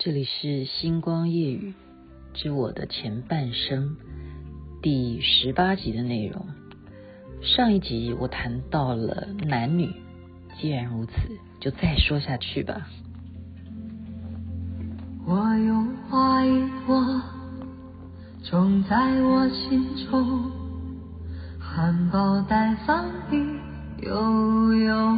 这里是星光夜语之我的前半生第18集的内容。上一集我谈到了男女，既然如此，就再说下去吧。 我用花一朵种在我心中，含苞待放地悠悠，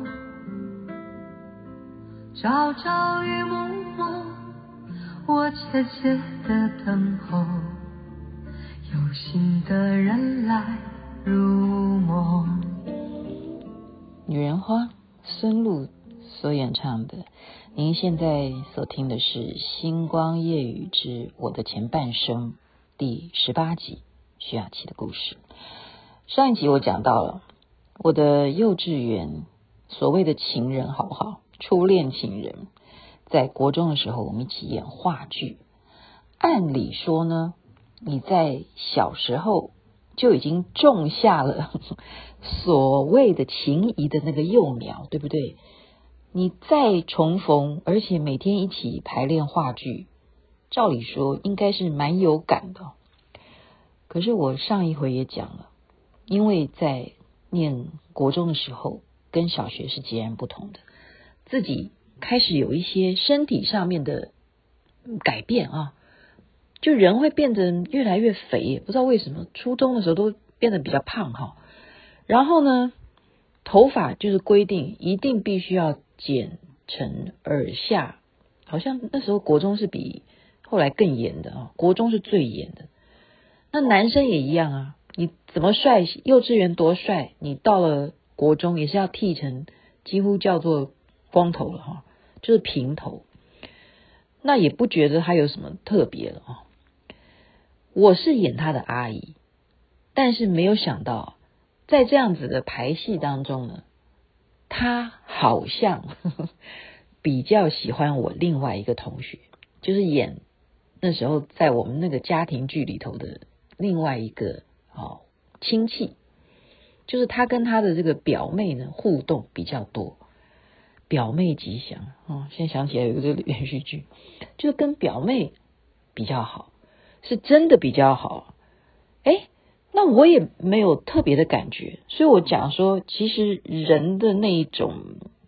朝朝与暮暮，我切切地等候，有心的人来入梦。 女人花，孙露所演唱的。您现在所听的是星光夜语之我的前半生第18集，徐雅琪的故事。上一集我讲到了我的幼稚园所谓的情人好不好，初恋情人，在国中的时候我们一起演话剧。按理说呢，你在小时候就已经种下了所谓的情谊的那个幼苗，对不对？你再重逢，而且每天一起排练话剧，照理说应该是蛮有感的。可是我上一回也讲了，因为在念国中的时候跟小学是截然不同的，自己开始有一些身体上面的改变啊，就人会变得越来越肥，不知道为什么初中的时候都变得比较胖哈。然后呢，头发就是规定一定必须要剪成耳下，好像那时候国中是比后来更严的啊，国中是最严的。那男生也一样啊，你怎么帅，幼稚园多帅，你到了国中也是要剃成几乎叫做光头了哈，就是平头。那也不觉得他有什么特别了啊。我是演他的阿姨，但是没有想到在这样子的排戏当中呢，他好像比较喜欢我另外一个同学，就是演那时候在我们那个家庭剧里头的另外一个亲戚，就是他跟他的这个表妹呢互动比较多。表妹吉祥现在想起来有一个连续剧，就是跟表妹比较好，是真的比较好。那我也没有特别的感觉，所以我讲说，其实人的那一种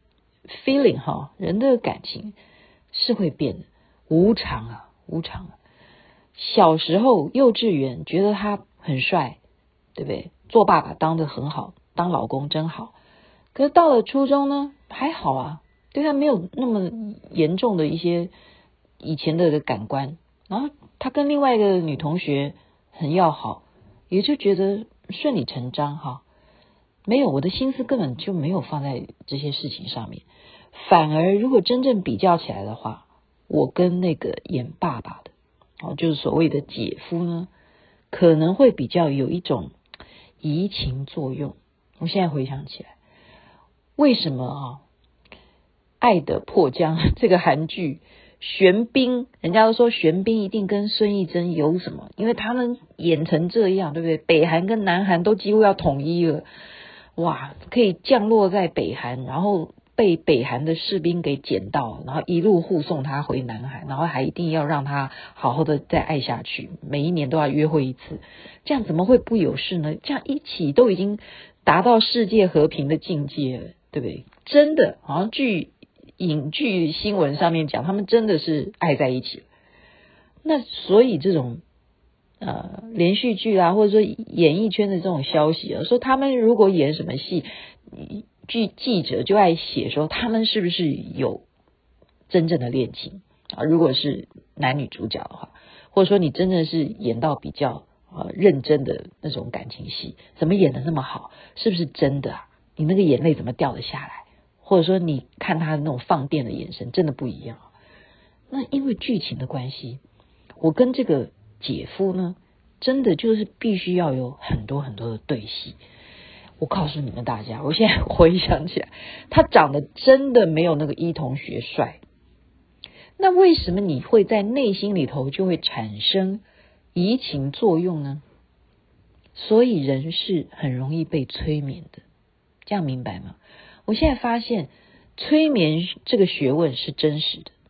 feeling 人的感情是会变的，无常啊，无常啊。小时候幼稚园觉得他很帅，对不对？做爸爸当得很好，当老公真好。可是到了初中呢，还好啊，对他没有那么严重的一些以前的感官。然后他跟另外一个女同学很要好，也就觉得顺理成章哈。没有，我的心思根本就没有放在这些事情上面。反而如果真正比较起来的话，我跟那个演爸爸的就是所谓的姐夫呢，可能会比较有一种移情作用。我现在回想起来，为什么爱的迫降这个韩剧玄彬，人家都说玄彬一定跟孙艺珍有什么，因为他们演成这样，对不对？北韩跟南韩都几乎要统一了，哇，可以降落在北韩，然后被北韩的士兵给捡到，然后一路护送他回南韩，然后还一定要让他好好的再爱下去，每一年都要约会一次，这样怎么会不有事呢？这样一起都已经达到世界和平的境界了，对不对？真的，好像影剧新闻上面讲，他们真的是爱在一起了。那所以这种连续剧啊，或者说演艺圈的这种消息说他们如果演什么戏，记者就爱写说他们是不是有真正的恋情啊？如果是男女主角的话，或者说你真的是演到比较认真的那种感情戏，怎么演得那么好？是不是真的啊？你那个眼泪怎么掉得下来？或者说你看他的那种放电的眼神真的不一样。那因为剧情的关系，我跟这个姐夫呢，真的就是必须要有很多很多的对戏。我告诉你们大家，我现在回想起来，他长得真的没有那个一同学帅。那为什么你会在内心里头就会产生移情作用呢？所以人是很容易被催眠的，这样明白吗？我现在发现催眠这个学问是真实的，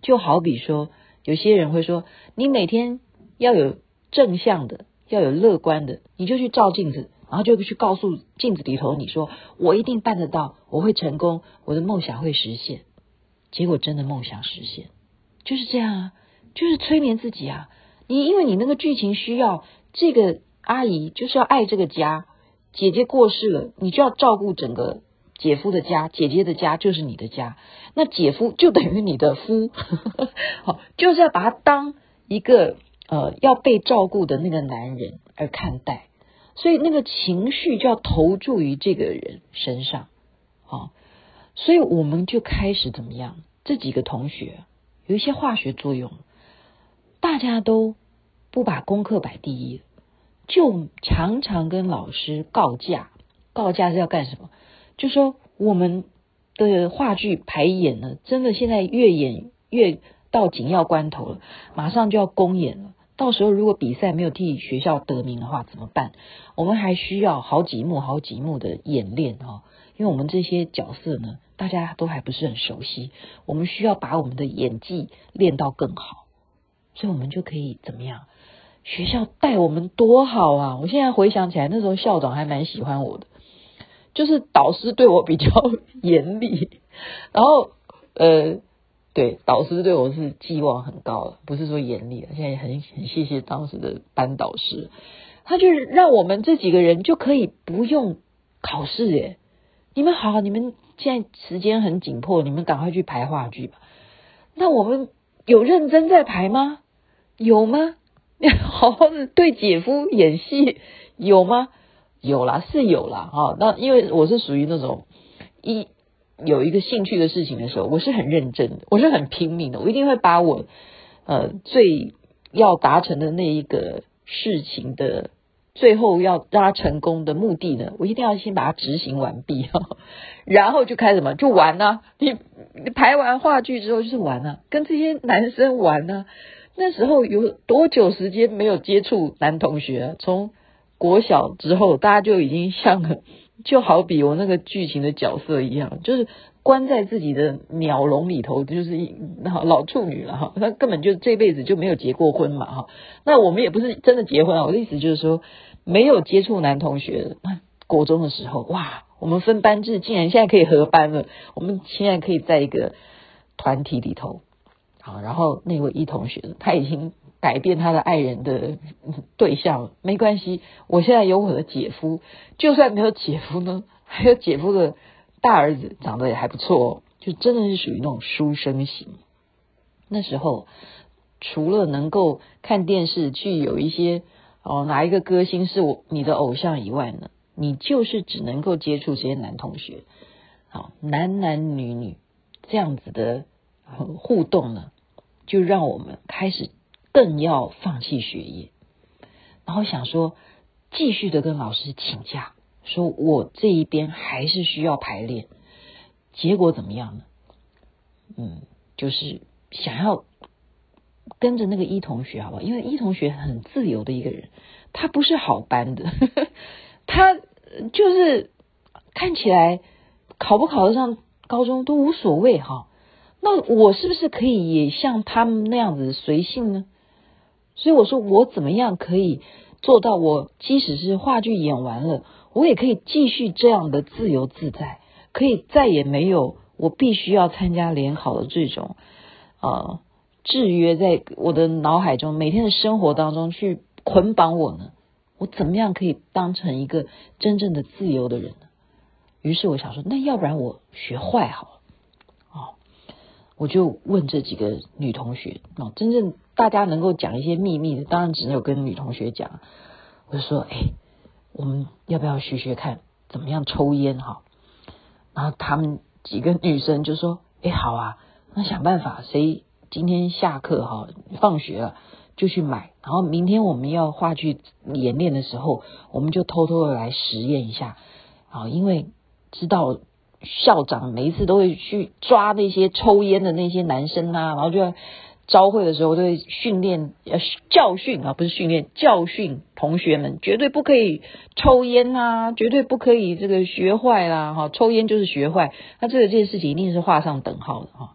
就好比说有些人会说，你每天要有正向的，要有乐观的，你就去照镜子，然后就去告诉镜子里头你说，我一定办得到，我会成功，我的梦想会实现。结果真的梦想实现，就是这样啊，就是催眠自己啊。因为你那个剧情需要，这个阿姨就是要爱这个家，姐姐过世了，你就要照顾整个姐夫的家，姐姐的家就是你的家，那姐夫就等于你的夫好，就是要把他当一个要被照顾的那个男人而看待，所以那个情绪就要投注于这个人身上。好，所以我们就开始怎么样，这几个同学有一些化学作用，大家都不把功课摆第一，就常常跟老师告假。告假是要干什么？就说我们的话剧排演了，真的现在越演越到紧要关头了，马上就要公演了，到时候如果比赛没有替学校得名的话怎么办？我们还需要好几幕的演练哦，因为我们这些角色呢，大家都还不是很熟悉，我们需要把我们的演技练到更好，所以我们就可以怎么样？学校带我们多好啊！我现在回想起来，那时候校长还蛮喜欢我的，就是导师对我比较严厉，然后对，导师对我是寄望很高的，不是说严厉。现在很谢谢当时的班导师，他就让我们这几个人就可以不用考试耶。你们好，你们现在时间很紧迫，你们赶快去排话剧吧。那我们有认真在排吗？有吗？好好的对姐夫演戏有吗？有啦，是有啦哈。那因为我是属于那种有一个兴趣的事情的时候，我是很认真的，我是很拼命的，我一定会把我最要达成的那一个事情的最后要让它成功的目的呢，我一定要先把它执行完毕然后就开始什么就玩啊，你排完话剧之后就是玩啊，跟这些男生玩啊。那时候有多久时间没有接触男同学啊？从国小之后，大家就已经像了，就好比我那个剧情的角色一样，就是关在自己的鸟笼里头，就是老处女了哈。他根本就这辈子就没有结过婚嘛哈。那我们也不是真的结婚啊，我的意思就是说，没有接触男同学。国中的时候，哇，我们分班制竟然现在可以合班了，我们现在可以在一个团体里头。好，然后那位一同学他已经改变他的爱人的对象了，没关系，我现在有我的姐夫，就算没有姐夫呢，还有姐夫的大儿子长得也还不错哦，就真的是属于那种书生型。那时候除了能够看电视去有一些哪一个歌星是你的偶像以外呢，你就是只能够接触这些男同学，好，男男女女这样子的互动呢，就让我们开始更要放弃学业，然后想说继续的跟老师请假，说我这一边还是需要排练。结果怎么样呢？就是想要跟着那个一同学，好不好？因为一同学很自由的一个人，他不是好班的他就是看起来考不考得上高中都无所谓哈。那我是不是可以也像他们那样子随性呢？所以我说我怎么样可以做到，我即使是话剧演完了，我也可以继续这样的自由自在，可以再也没有我必须要参加联考的这种制约在我的脑海中，每天的生活当中去捆绑我呢？我怎么样可以当成一个真正的自由的人呢？于是我想说，那要不然我学坏好了。我就问这几个女同学真正大家能够讲一些秘密的，当然只有跟女同学讲。我就说我们要不要学学看怎么样抽烟哈？然后他们几个女生就说好啊，那想办法，谁今天下课放学了就去买，然后明天我们要话剧演练的时候，我们就偷偷的来实验一下因为知道校长每一次都会去抓那些抽烟的那些男生然后就朝会的时候都会训练教训不是训练，教训同学们绝对不可以抽烟绝对不可以这个学坏啦抽烟就是学坏，那这件事情一定是画上等号的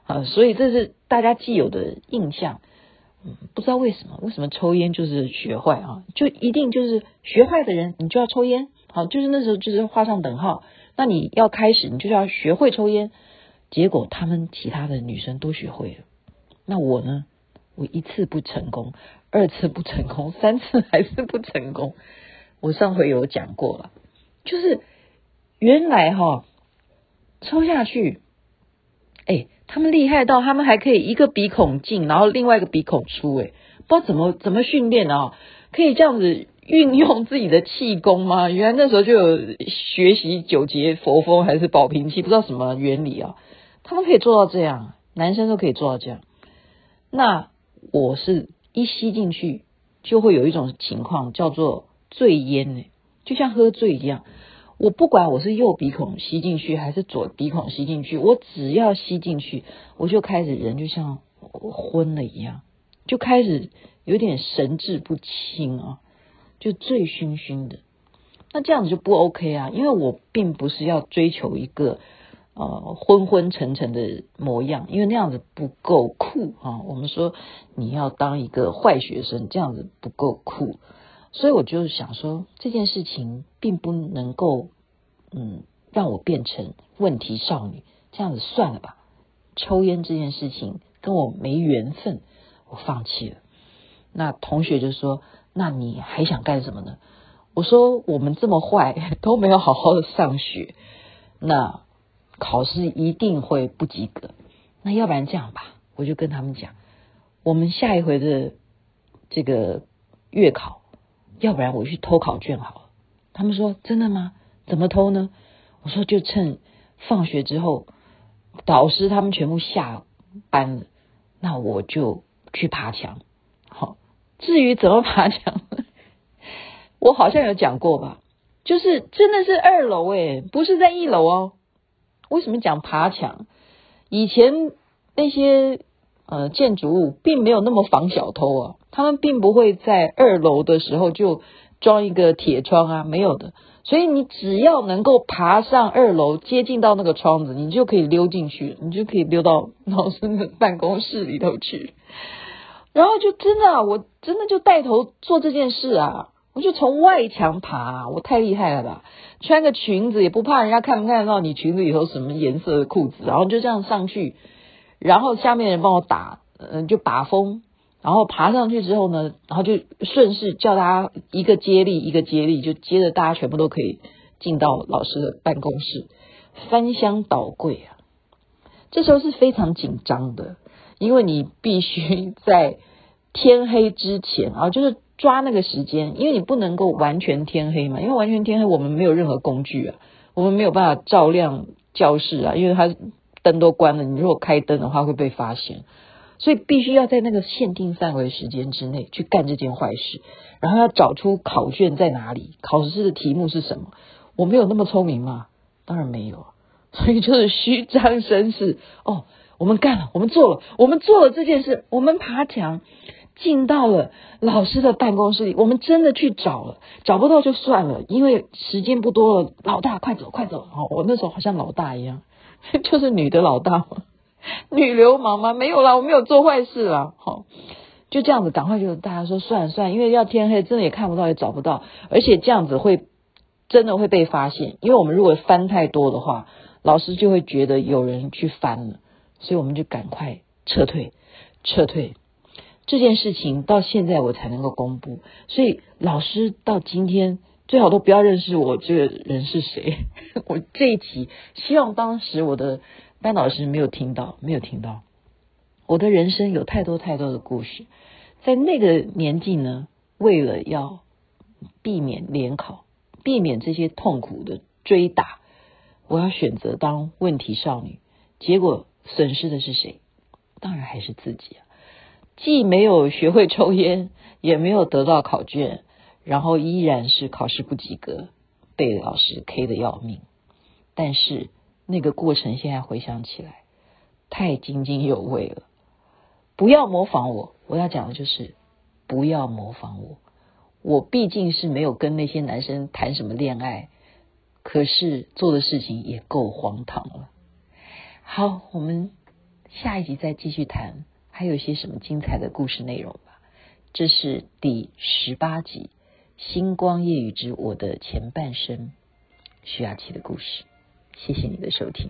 所以这是大家既有的印象。不知道为什么抽烟就是学坏啊，就一定就是学坏的人你就要抽烟，好，就是那时候就是画上等号。那你要开始你就要学会抽烟，结果他们其他的女生都学会了，那我呢？我1次不成功，2次不成功，3次还是不成功。我上回有讲过了，就是原来抽下去，他们厉害到他们还可以一个鼻孔进，然后另外一个鼻孔出，不知道怎么训练的可以这样子运用自己的气功吗？原来那时候就有学习9节佛风还是保平气，不知道什么原理他们可以做到这样，男生都可以做到这样。那我是一吸进去就会有一种情况叫做醉烟就像喝醉一样。我不管我是右鼻孔吸进去还是左鼻孔吸进去，我只要吸进去，我就开始人就像昏了一样，就开始有点神志不清就醉醺醺的。那这样子就不 OK 因为我并不是要追求一个昏昏沉沉的模样，因为那样子不够酷我们说你要当一个坏学生，这样子不够酷。所以我就想说这件事情并不能够让我变成问题少女，这样子算了吧，抽烟这件事情跟我没缘分，我放弃了。那同学就说那你还想干什么呢？我说我们这么坏都没有好好的上学，那考试一定会不及格，那要不然这样吧，我就跟他们讲，我们下一回的这个月考，要不然我去偷考卷好了。他们说真的吗？怎么偷呢？我说就趁放学之后导师他们全部下班了，那我就去爬墙。好，至于怎么爬墙我好像有讲过吧，就是真的是2楼不是在1楼为什么讲爬墙？以前那些建筑物并没有那么防小偷他们并不会在2楼的时候就装一个铁窗没有的。所以你只要能够爬上2楼，接近到那个窗子，你就可以溜进去，你就可以溜到老师的办公室里头去。然后就真的我真的就带头做这件事我就从外墙爬我太厉害了吧，穿个裙子也不怕人家看不看得到你裙子里头什么颜色的裤子，然后就这样上去，然后下面人帮我打就把风，然后爬上去之后呢，然后就顺势叫大家一个接力一个接力，就接着大家全部都可以进到老师的办公室，翻箱倒柜这时候是非常紧张的，因为你必须在天黑之前就是抓那个时间，因为你不能够完全天黑嘛，因为完全天黑我们没有任何工具我们没有办法照亮教室因为它灯都关了，你如果开灯的话会被发现，所以必须要在那个限定范围时间之内去干这件坏事，然后要找出考卷在哪里，考试的题目是什么。我没有那么聪明吗？当然没有，所以就是虚张声势我们干了，我们做了这件事，我们爬墙进到了老师的办公室里，我们真的去找了，找不到就算了，因为时间不多了，老大快走快走我那时候好像老大一样就是女的老大女流氓吗？没有啦，我没有做坏事啦就这样子赶快就大家说算了，因为要天黑真的也看不到也找不到，而且这样子会真的会被发现，因为我们如果翻太多的话，老师就会觉得有人去翻了，所以我们就赶快撤退。这件事情到现在我才能够公布，所以老师到今天最好都不要认识我这个人是谁我这一集希望当时我的班导师没有听到。我的人生有太多的故事，在那个年纪呢，为了要避免联考，避免这些痛苦的追打，我要选择当问题少女，结果损失的是谁？当然还是自己既没有学会抽烟，也没有得到考卷，然后依然是考试不及格，被老师 K 得要命。但是那个过程现在回想起来太津津有味了。不要模仿我要讲的就是不要模仿我毕竟是没有跟那些男生谈什么恋爱，可是做的事情也够荒唐了。好，我们下一集再继续谈还有一些什么精彩的故事内容吧。这是第18集星光夜语之我的前半生，徐雅琪的故事。谢谢你的收听。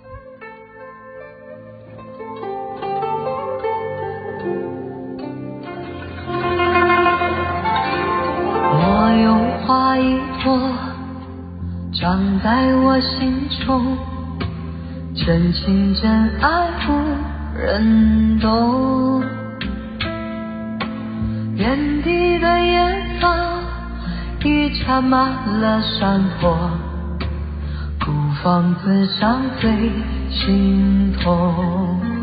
我用花一朵长在我心中，真情真爱无人懂，眼底的颜色已插满了山坡，孤芳自赏最心痛。